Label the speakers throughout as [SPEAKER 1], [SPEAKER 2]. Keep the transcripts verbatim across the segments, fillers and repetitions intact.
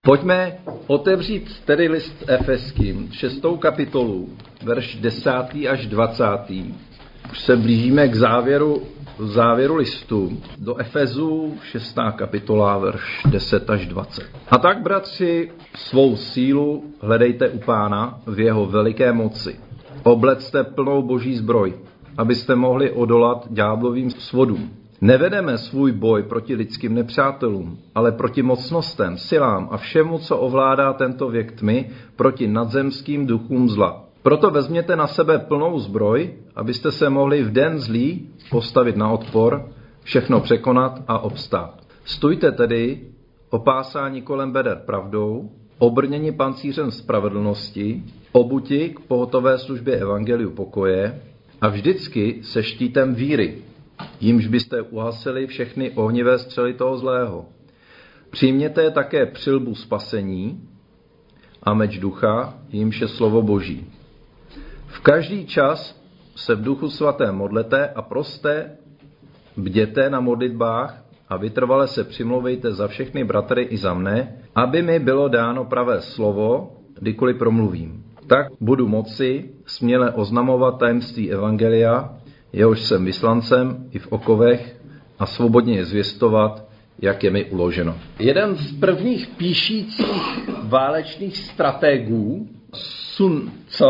[SPEAKER 1] Pojďme otevřít tedy list Efeským, šestou kapitolu, verš desátý až dvacátý. Už se blížíme k závěru, závěru listu. Do Efezů šestá kapitola, verš deset až dvacet. A tak, bratři, svou sílu hledejte u Pána v jeho veliké moci. Oblecte plnou boží zbroj, abyste mohli odolat ďáblovým svodům. Nevedeme svůj boj proti lidským nepřátelům, ale proti mocnostem, silám a všemu, co ovládá tento věk tmy, proti nadzemským duchům zla. Proto vezměte na sebe plnou zbroj, abyste se mohli v den zlý postavit na odpor, všechno překonat a obstát. Stůjte tedy opásáni kolem beder pravdou, obrněni pancířem spravedlnosti, obuti k pohotové službě evangeliu pokoje a vždycky se štítem víry, jímž byste uhasili všechny ohnivé střely toho zlého. Přijměte také přilbu spasení a meč ducha, jímž je slovo Boží. V každý čas se v duchu svatém modlete a proste, bděte na modlitbách a vytrvale se přimlouvejte za všechny bratry i za mne, aby mi bylo dáno pravé slovo, kdykoliv promluvím. Tak budu moci směle oznamovat tajemství evangelia, jehož jsem vyslancem i v okovech, a svobodně je zvěstovat, jak je mi uloženo. Jeden z prvních píšících válečných strategů, Sun Tzu,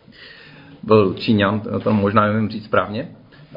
[SPEAKER 1] byl Číňan, to možná nevím říct správně,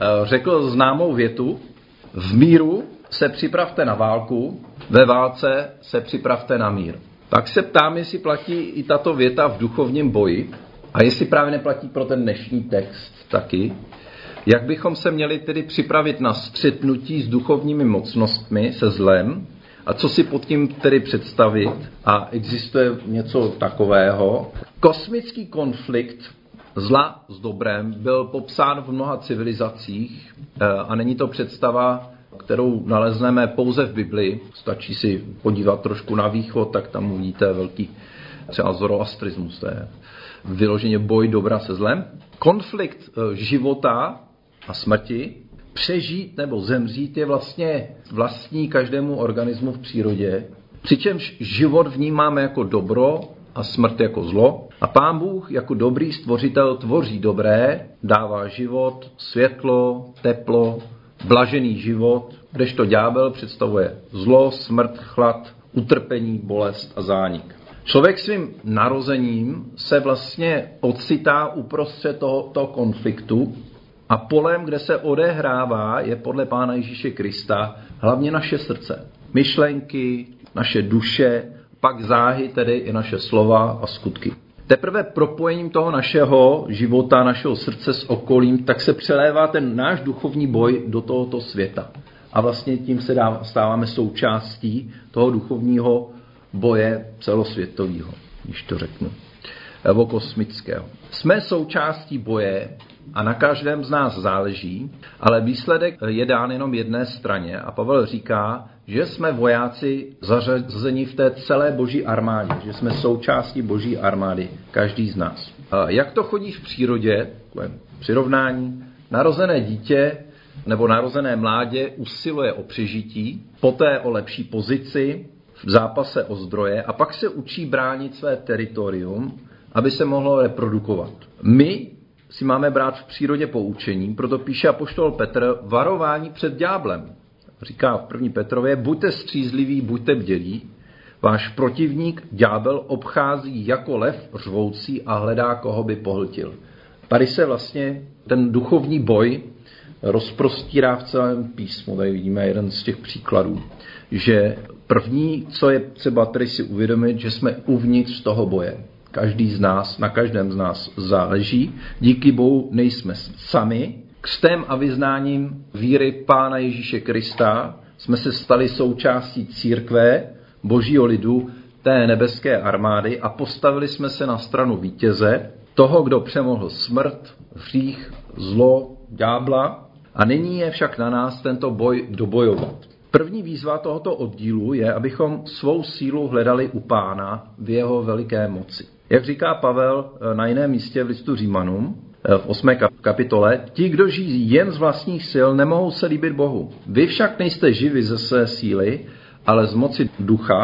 [SPEAKER 1] řekl známou větu: v míru se připravte na válku, ve válce se připravte na mír. Tak se ptám, jestli platí i tato věta v duchovním boji a jestli právě neplatí pro ten dnešní text taky. Jak bychom se měli tedy připravit na střetnutí s duchovními mocnostmi, se zlem, a co si pod tím tedy představit? A existuje něco takového. Kosmický konflikt zla s dobrem byl popsán v mnoha civilizacích a není to představa, kterou nalezneme pouze v Biblii. Stačí si podívat trošku na východ, tak tam uvidíte velký třeba zoroastrismus, to je vyloženě boj dobra se zlem. Konflikt života a smrti, přežít nebo zemřít, je vlastně vlastní každému organismu v přírodě, přičemž život vnímáme jako dobro a smrt jako zlo. A Pán Bůh jako dobrý stvořitel tvoří dobré, dává život, světlo, teplo, blažený život, kdežto ďábel představuje zlo, smrt, chlad, utrpení, bolest a zánik. Člověk svým narozením se vlastně ocitá uprostřed toho, toho konfliktu a polem, kde se odehrává, je podle Pána Ježíše Krista hlavně naše srdce. Myšlenky, naše duše, pak záhy tedy i naše slova a skutky. Teprve propojením toho našeho života, našeho srdce s okolím, tak se přelévá ten náš duchovní boj do tohoto světa. A vlastně tím se dá, stáváme součástí toho duchovního boje celosvětového, když to řeknu, nebo kosmického. Jsme součástí boje a na každém z nás záleží, ale výsledek je dán jenom jedné straně a Pavel říká, že jsme vojáci zařazení v té celé boží armádě, že jsme součástí boží armády, každý z nás. A jak to chodí v přírodě, přirovnání, narozené dítě nebo narozené mládě usiluje o přežití, poté o lepší pozici, v zápase o zdroje a pak se učí bránit své teritorium, aby se mohlo reprodukovat. My si máme brát v přírodě poučení, proto píše apoštol Petr varování před ďáblem. Říká v první Petrově, buďte střízliví, buďte bdělí, váš protivník ďábel obchází jako lev řvoucí a hledá, koho by pohltil. Tady se vlastně ten duchovní boj rozprostírá v celém písmu. Tady vidíme jeden z těch příkladů, že první, co je třeba tady si uvědomit, že jsme uvnitř toho boje. Každý z nás, na každém z nás záleží. Díky Bohu nejsme sami. Křtem a vyznáním víry Pána Ježíše Krista jsme se stali součástí církve, božího lidu, té nebeské armády a postavili jsme se na stranu vítěze, toho, kdo přemohl smrt, hřích, zlo, ďábla, a nyní je však na nás tento boj dobojovat. První výzva tohoto oddílu je, abychom svou sílu hledali u Pána v jeho veliké moci. Jak říká Pavel na jiném místě v listu Římanům, v osmé kapitole, ti, kdo žijí jen z vlastních sil, nemohou se líbit Bohu. Vy však nejste živi ze své síly, ale z moci ducha,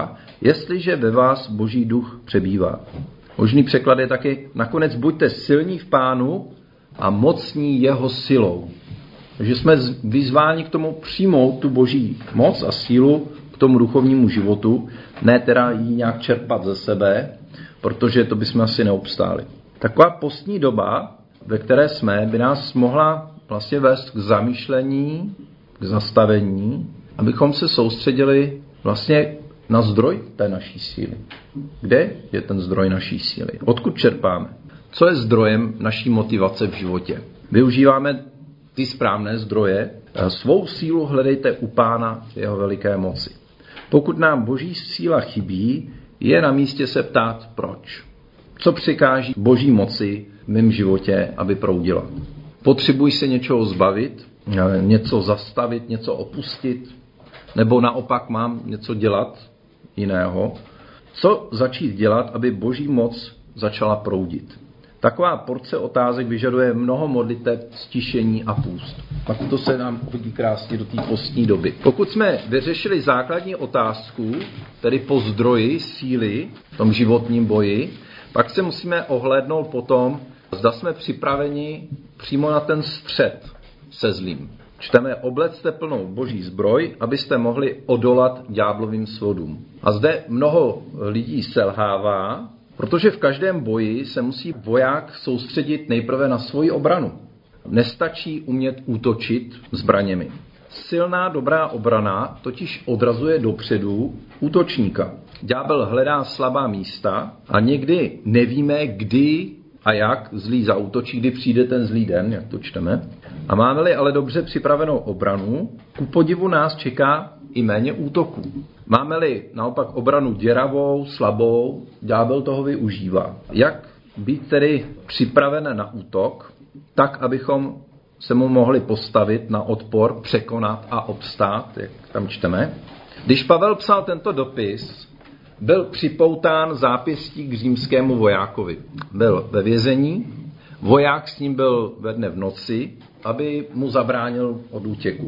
[SPEAKER 1] jestliže ve vás Boží duch přebývá. Možný překlad je taky, nakonec buďte silní v Pánu a mocní jeho silou. Takže jsme vyzváni k tomu přijmout tu Boží moc a sílu k tomu duchovnímu životu, ne teda ji nějak čerpat ze sebe, protože to bychom asi neobstáli. Taková postní doba, ve které jsme, by nás mohla vlastně vést k zamýšlení, k zastavení, abychom se soustředili vlastně na zdroj té naší síly. Kde je ten zdroj naší síly? Odkud čerpáme? Co je zdrojem naší motivace v životě? Využíváme ty správné zdroje. Svou sílu hledejte u Pána jeho veliké moci. Pokud nám Boží síla chybí, je na místě se ptát proč. Co přikáží Boží moci v mém životě, aby proudila? Potřebuji se něčeho zbavit, něco zastavit, něco opustit, nebo naopak mám něco dělat jiného? Co začít dělat, aby Boží moc začala proudit? Taková porce otázek vyžaduje mnoho modliteb, stišení a půst. Pak to se nám hodí krásně do té postní doby. Pokud jsme vyřešili základní otázku, tedy po zdroji síly v tom životním boji, pak se musíme ohlédnout potom, zda jsme připraveni přímo na ten střet se zlým. Čteme, oblecte plnou Boží zbroj, abyste mohli odolat ďáblovým svodům. A zde mnoho lidí selhává, protože v každém boji se musí voják soustředit nejprve na svoji obranu. Nestačí umět útočit zbraněmi. Silná dobrá obrana totiž odrazuje dopředu útočníka. Ďábel hledá slabá místa a někdy nevíme, kdy a jak zlý zaútočí, kdy přijde ten zlý den, jak to čteme. A máme-li ale dobře připravenou obranu, ku podivu nás čeká i méně útoků. Máme-li naopak obranu děravou, slabou, ďábel toho využívá. Jak být tedy připraven na útok, tak, abychom se mu mohli postavit na odpor, překonat a obstát, jak tam čteme. Když Pavel psal tento dopis, byl připoután zápěstí k římskému vojákovi. Byl ve vězení, voják s ním byl ve dne v noci, aby mu zabránil od útěku.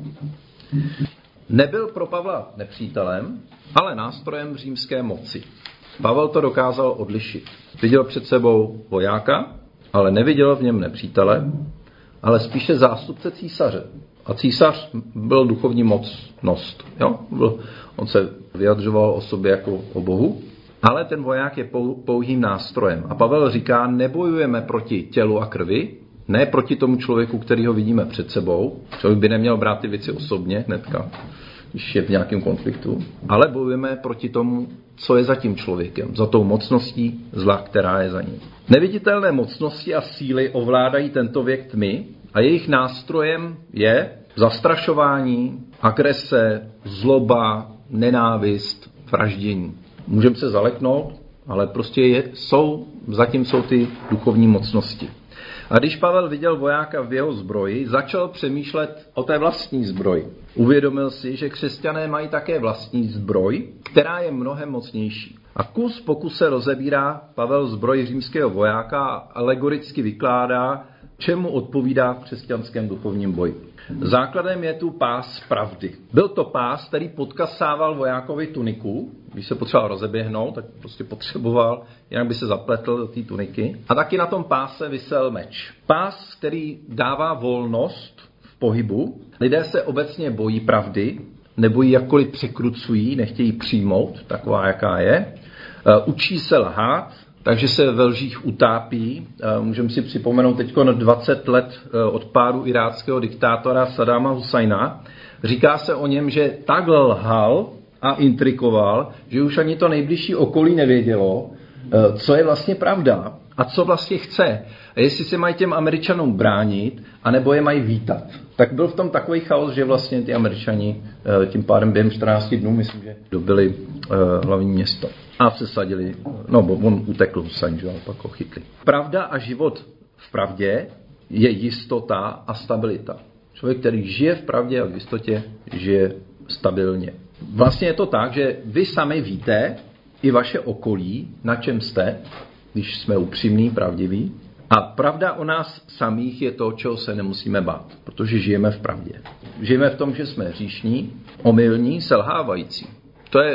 [SPEAKER 1] Nebyl pro Pavla nepřítelem, ale nástrojem římské moci. Pavel to dokázal odlišit. Viděl před sebou vojáka, ale neviděl v něm nepřítele, ale spíše zástupce císaře. A císař byl duchovní mocnost. Jo? On se vyjadřoval o sobě jako o Bohu, ale ten voják je pouhým nástrojem. A Pavel říká, nebojujeme proti tělu a krvi, ne proti tomu člověku, který ho vidíme před sebou. Člověk by neměl brát ty věci osobně hnedka, když je v nějakém konfliktu, ale bojujeme proti tomu, co je za tím člověkem, za tou mocností zla, která je za ním. Neviditelné mocnosti a síly ovládají tento věk tmy a jejich nástrojem je zastrašování, agrese, zloba, nenávist, vraždění. Můžeme se zaleknout, ale prostě je, jsou, zatím jsou ty duchovní mocnosti. A když Pavel viděl vojáka v jeho zbroji, začal přemýšlet o té vlastní zbroji. Uvědomil si, že křesťané mají také vlastní zbroj, která je mnohem mocnější. A kus po kuse rozebírá Pavel zbroj římského vojáka a alegoricky vykládá, čemu odpovídá v křesťanském duchovním boji. Základem je tu pás pravdy. Byl to pás, který podkasával vojákovi tuniku, když se potřeboval rozeběhnout, tak prostě potřeboval, jinak by se zapletl do té tuniky. A taky na tom páse visel meč. Pás, který dává volnost v pohybu. Lidé se obecně bojí pravdy, nebo ji jakkoliv překrucují, nechtějí přijmout, taková jaká je. Učí se lhát, takže se ve lžích utápí. Můžeme si připomenout teď na dvacet let od pádu iráckého diktátora Saddáma Husajna. Říká se o něm, že tak lhal a intrikoval, že už ani to nejbližší okolí nevědělo, co je vlastně pravda a co vlastně chce. A jestli se mají těm Američanům bránit, anebo je mají vítat. Tak byl v tom takový chaos, že vlastně ty Američani tím pádem během čtrnácti dnů, myslím, že dobili hlavní město. A přesadili, no bo on utekl Husajn, že pak ho chytli. Pravda a život v pravdě je jistota a stabilita. Člověk, který žije v pravdě a v jistotě, žije stabilně. Vlastně je to tak, že vy sami víte, i vaše okolí, na čem jste, když jsme upřímní, pravdiví. A pravda o nás samých je to, čeho se nemusíme bát, protože žijeme v pravdě. Žijeme v tom, že jsme hříšní, omylní, selhávající. To je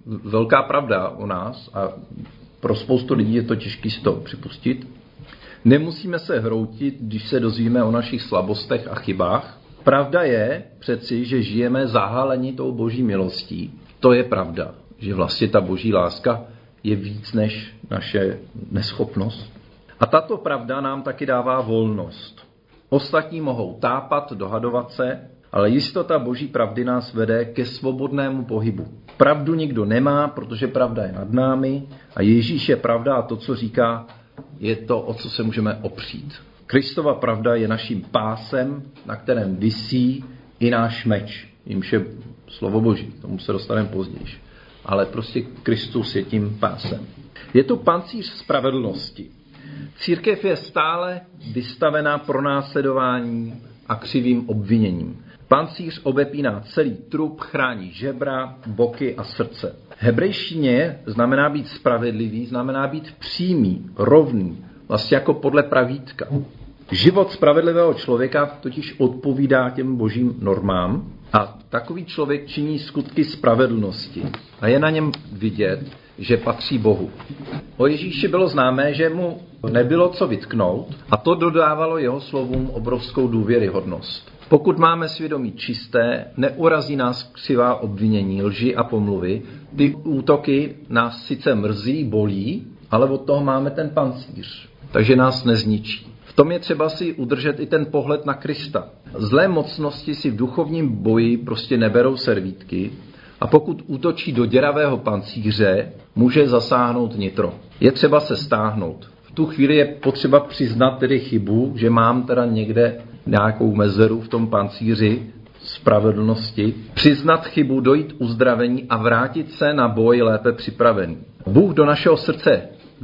[SPEAKER 1] velká pravda o nás a pro spoustu lidí je to těžké z toho připustit. Nemusíme se hroutit, když se dozvíme o našich slabostech a chybách. Pravda je přeci, že žijeme zahaleni tou boží milostí. To je pravda, že vlastně ta boží láska je víc než naše neschopnost. A tato pravda nám taky dává volnost. Ostatní mohou tápat, dohadovat se, ale jistota boží pravdy nás vede ke svobodnému pohybu. Pravdu nikdo nemá, protože pravda je nad námi a Ježíš je pravda a to, co říká, je to, o co se můžeme opřít. Kristova pravda je naším pásem, na kterém visí i náš meč. Jimž je slovo boží, tomu se dostaneme později. Ale prostě Kristus je tím pásem. Je to pancíř spravedlnosti. Církev je stále vystavená pronásledování a křivým obviněním. Pancíř obepíná celý trup, chrání žebra, boky a srdce. V hebrejštině znamená být spravedlivý, znamená být přímý, rovný, vlastně jako podle pravítka. Život spravedlivého člověka totiž odpovídá těm božím normám a takový člověk činí skutky spravedlnosti a je na něm vidět, že patří Bohu. O Ježíši bylo známé, že mu nebylo co vytknout a to dodávalo jeho slovům obrovskou důvěryhodnost. Pokud máme svědomí čisté, neurazí nás křivá obvinění, lži a pomluvy. Ty útoky nás sice mrzí, bolí, ale od toho máme ten pancíř, takže nás nezničí. V tom je třeba si udržet i ten pohled na Krista. Zlé mocnosti si v duchovním boji prostě neberou servítky a pokud útočí do děravého pancíře, může zasáhnout nitro. Je třeba se stáhnout. V tu chvíli je potřeba přiznat tedy chybu, že mám teda někde nějakou mezeru v tom pancíři spravedlnosti, přiznat chybu, dojít uzdravení a vrátit se na boj lépe připravený. Bůh do našeho srdce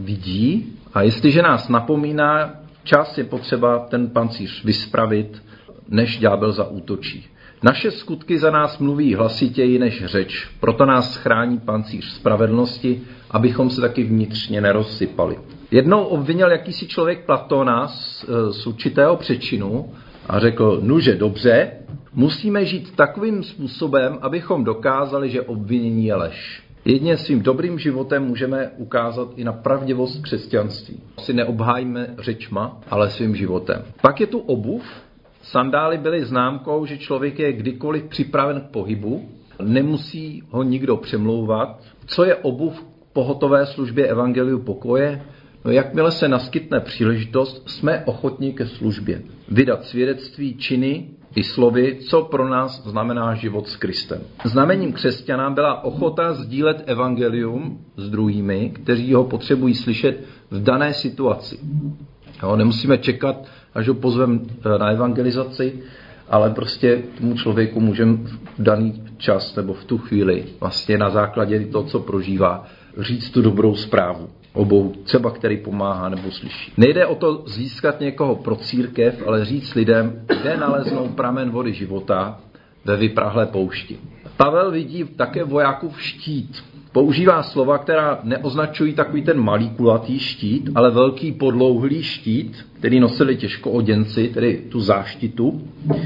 [SPEAKER 1] vidí a jestliže nás napomíná, čas je potřeba ten pancíř vyspravit, než ďábel zaútočí. Naše skutky za nás mluví hlasitěji než řeč, proto nás chrání pancíř spravedlnosti, abychom se taky vnitřně nerozsypali. Jednou obvinil jakýsi člověk Platóna z, z určitého přečinu a řekl, nuže dobře, musíme žít takovým způsobem, abychom dokázali, že obvinění je lež. Jedině svým dobrým životem můžeme ukázat i na pravdivost křesťanství. Si neobhájíme řečma, ale svým životem. Pak je tu obuv. Sandály byly známkou, že člověk je kdykoliv připraven k pohybu, nemusí ho nikdo přemlouvat. Co je obuv k pohotové službě evangeliu pokoje? No jakmile se naskytne příležitost, jsme ochotní ke službě. Vydat svědectví, činy i slovy, co pro nás znamená život s Kristem. Znamením křesťana byla ochota sdílet evangelium s druhými, kteří ho potřebují slyšet v dané situaci. Jo, nemusíme čekat, až ho pozveme na evangelizaci, ale prostě tomu člověku můžeme v daný čas nebo v tu chvíli vlastně na základě toho, co prožívá, říct tu dobrou zprávu. Obou, třeba který pomáhá nebo slyší. Nejde o to získat někoho pro církev, ale říct lidem, kde naleznou pramen vody života ve vyprahlé poušti. Pavel vidí také vojákův štít. Používá slova, která neoznačují takový ten malý kulatý štít, ale velký podlouhlý štít, který nosili těžkooděnci, tedy tu záštitu.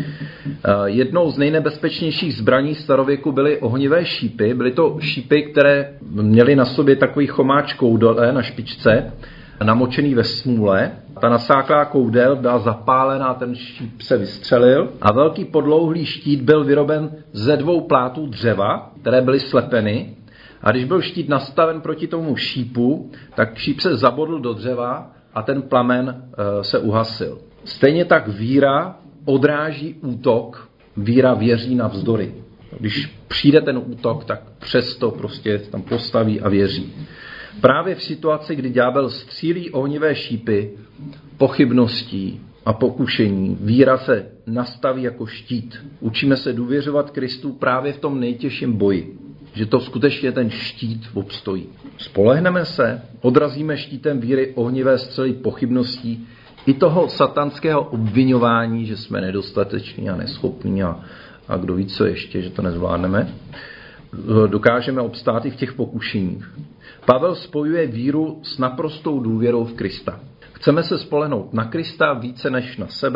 [SPEAKER 1] Jednou z nejnebezpečnějších zbraní starověku byly ohnivé šípy. Byly to šípy, které měly na sobě takový chomáč koudele na špičce, namočený ve smůle. Ta nasáklá koudel byla zapálená, ten šíp se vystřelil a velký podlouhlý štít byl vyroben ze dvou plátů dřeva, které byly slepeny. A když byl štít nastaven proti tomu šípu, tak šíp se zabodl do dřeva a ten plamen e, se uhasil. Stejně tak víra odráží útok, víra věří navzdory. Když přijde ten útok, tak přesto prostě tam postaví a věří. Právě v situaci, kdy ďábel střílí ohnivé šípy, pochybností a pokušení, víra se nastaví jako štít. Učíme se důvěřovat Kristu právě v tom nejtěžším boji. Že to skutečně ten štít obstojí. Spolehneme se, odrazíme štítem víry ohnivé střely pochybností i toho satanského obviňování, že jsme nedostateční a neschopní a, a kdo ví, co ještě, že to nezvládneme. Dokážeme obstát i v těch pokušeních. Pavel spojuje víru s naprostou důvěrou v Krista. Chceme se spolehnout na Krista více než na sebe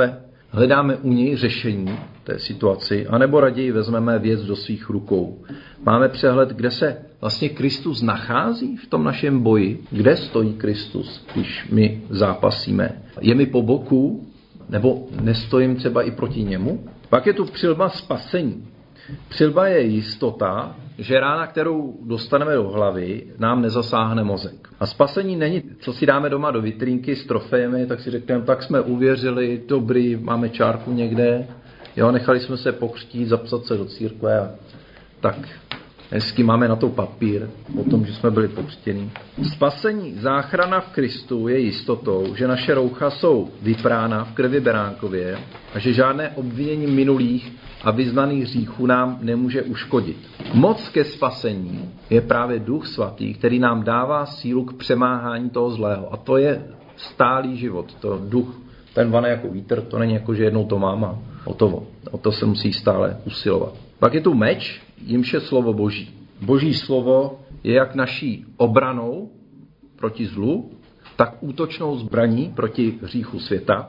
[SPEAKER 1] Hledáme u něj řešení té situaci, anebo raději vezmeme věc do svých rukou. Máme přehled, kde se vlastně Kristus nachází v tom našem boji. Kde stojí Kristus, když my zápasíme? Je mi po boku, nebo nestojím třeba i proti němu? Pak je tu přilba spasení. Přilba je jistota, že rána, kterou dostaneme do hlavy, nám nezasáhne mozek. A spasení není, co si dáme doma do vitrínky s trofejemi, tak si řekneme, tak jsme uvěřili, dobrý, máme čárku někde, jo, nechali jsme se pokřtít, zapsat se do církve a tak hezky máme na to papír o tom, že jsme byli pokřtěni. Spasení, záchrana v Kristu je jistotou, že naše roucha jsou vyprána v krvi beránkově a že žádné obvinění minulých a vyznaných hříchů nám nemůže uškodit. Moc ke spasení je právě Duch Svatý, který nám dává sílu k přemáhání toho zlého. A to je stálý život. To duch, ten vane jako vítr, to není jako, že jednou to mám a hotovo. O to se musí stále usilovat. Pak je tu meč, jimž je slovo Boží. Boží slovo je jak naší obranou proti zlu, tak útočnou zbraní proti hříchu světa.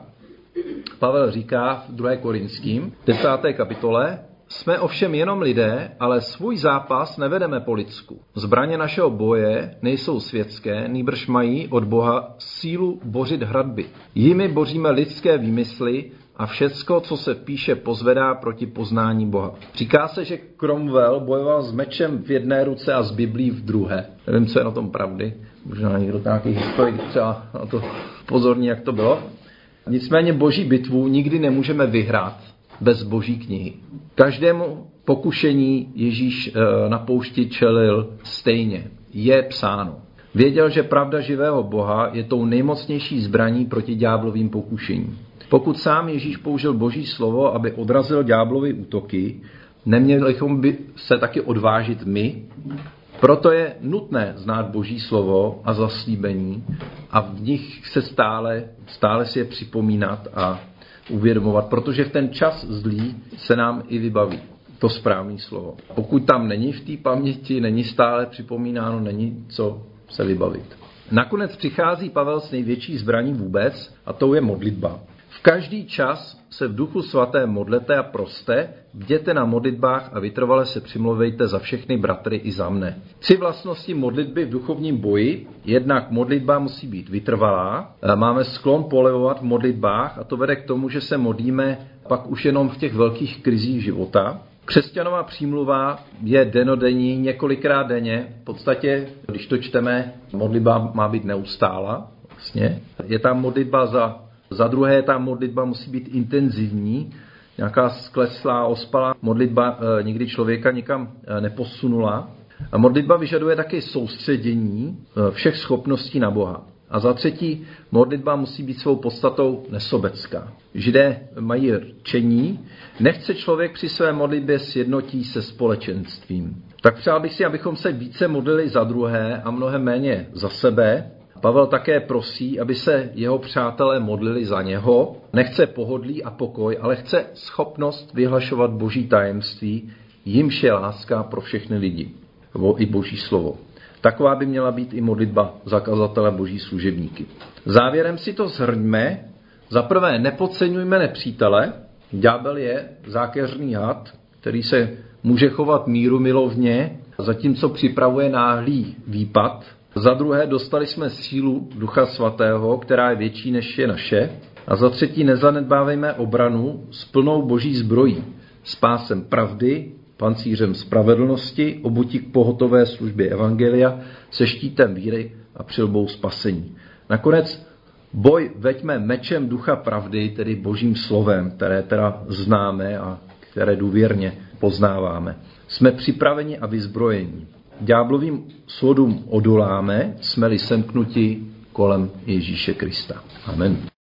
[SPEAKER 1] Pavel říká v druhé Korinským, desáté kapitole, jsme ovšem jenom lidé, ale svůj zápas nevedeme po lidsku. Zbraně našeho boje nejsou světské, nýbrž mají od Boha sílu bořit hradby. Jimi boříme lidské výmysly a všecko, co se píše, pozvedá proti poznání Boha. Říká se, že Cromwell bojoval s mečem v jedné ruce a s Biblí v druhé. Nevím, co je na tom pravdy. Možná někdo nějaký historik třeba na to pozorní, jak to bylo. Nicméně boží bitvu nikdy nemůžeme vyhrát bez boží knihy. Každému pokušení Ježíš na poušti čelil stejně. Je psáno. Věděl, že pravda živého Boha je tou nejmocnější zbraní proti ďáblovým pokušením. Pokud sám Ježíš použil boží slovo, aby odrazil ďáblovy útoky, neměli bychom by se taky odvážit my. Proto je nutné znát boží slovo a zaslíbení a v nich se stále, stále si je připomínat a uvědomovat, protože v ten čas zlý se nám i vybaví to správné slovo. Pokud tam není v té paměti, není stále připomínáno, není co se vybavit. Nakonec přichází Pavel s největší zbraní vůbec a tou je modlitba. V každý čas se v Duchu Svatém modlete a proste, bděte na modlitbách a vytrvale se přimlouvejte za všechny bratry i za mne. Tři vlastnosti modlitby v duchovním boji. Jednak modlitba musí být vytrvalá. Máme sklon polevovat v modlitbách a to vede k tomu, že se modlíme pak už jenom v těch velkých krizích života. Křesťanová přímluva je denodenní, několikrát denně. V podstatě, když to čteme, modlitba má být neustála. Vlastně. Je tam modlitba za Za druhé, ta modlitba musí být intenzivní, nějaká skleslá, ospalá modlitba e, nikdy člověka nikam e, neposunula. A modlitba vyžaduje také soustředění e, všech schopností na Boha. A za třetí, modlitba musí být svou podstatou nesobecká. Židé mají rčení, nechce člověk při své modlitbě sjednotí se společenstvím. Tak přál bych si, abychom se více modlili za druhé a mnohem méně za sebe. Pavel také prosí, aby se jeho přátelé modlili za něho. Nechce pohodlí a pokoj, ale chce schopnost vyhlašovat boží tajemství, jimž je láska pro všechny lidi. Nebo i boží slovo. Taková by měla být i modlitba za kazatele boží služebníky. Závěrem si to shrňme. Za prvé, nepodceňujme nepřítele. Ďábel je zákeřný had, který se může chovat mírumilovně, zatímco připravuje náhlý výpad. Za druhé, dostali jsme sílu Ducha Svatého, která je větší než je naše. A za třetí, nezanedbávejme obranu s plnou boží zbrojí, s pásem pravdy, pancířem spravedlnosti, obutí k pohotové službě evangelia, se štítem víry a přilbou spasení. Nakonec boj veďme mečem Ducha pravdy, tedy božím slovem, které teda známe a které důvěrně poznáváme. Jsme připraveni a vyzbrojeni. Ďáblovým svodům odoláme, jsme-li semknuti kolem Ježíše Krista. Amen.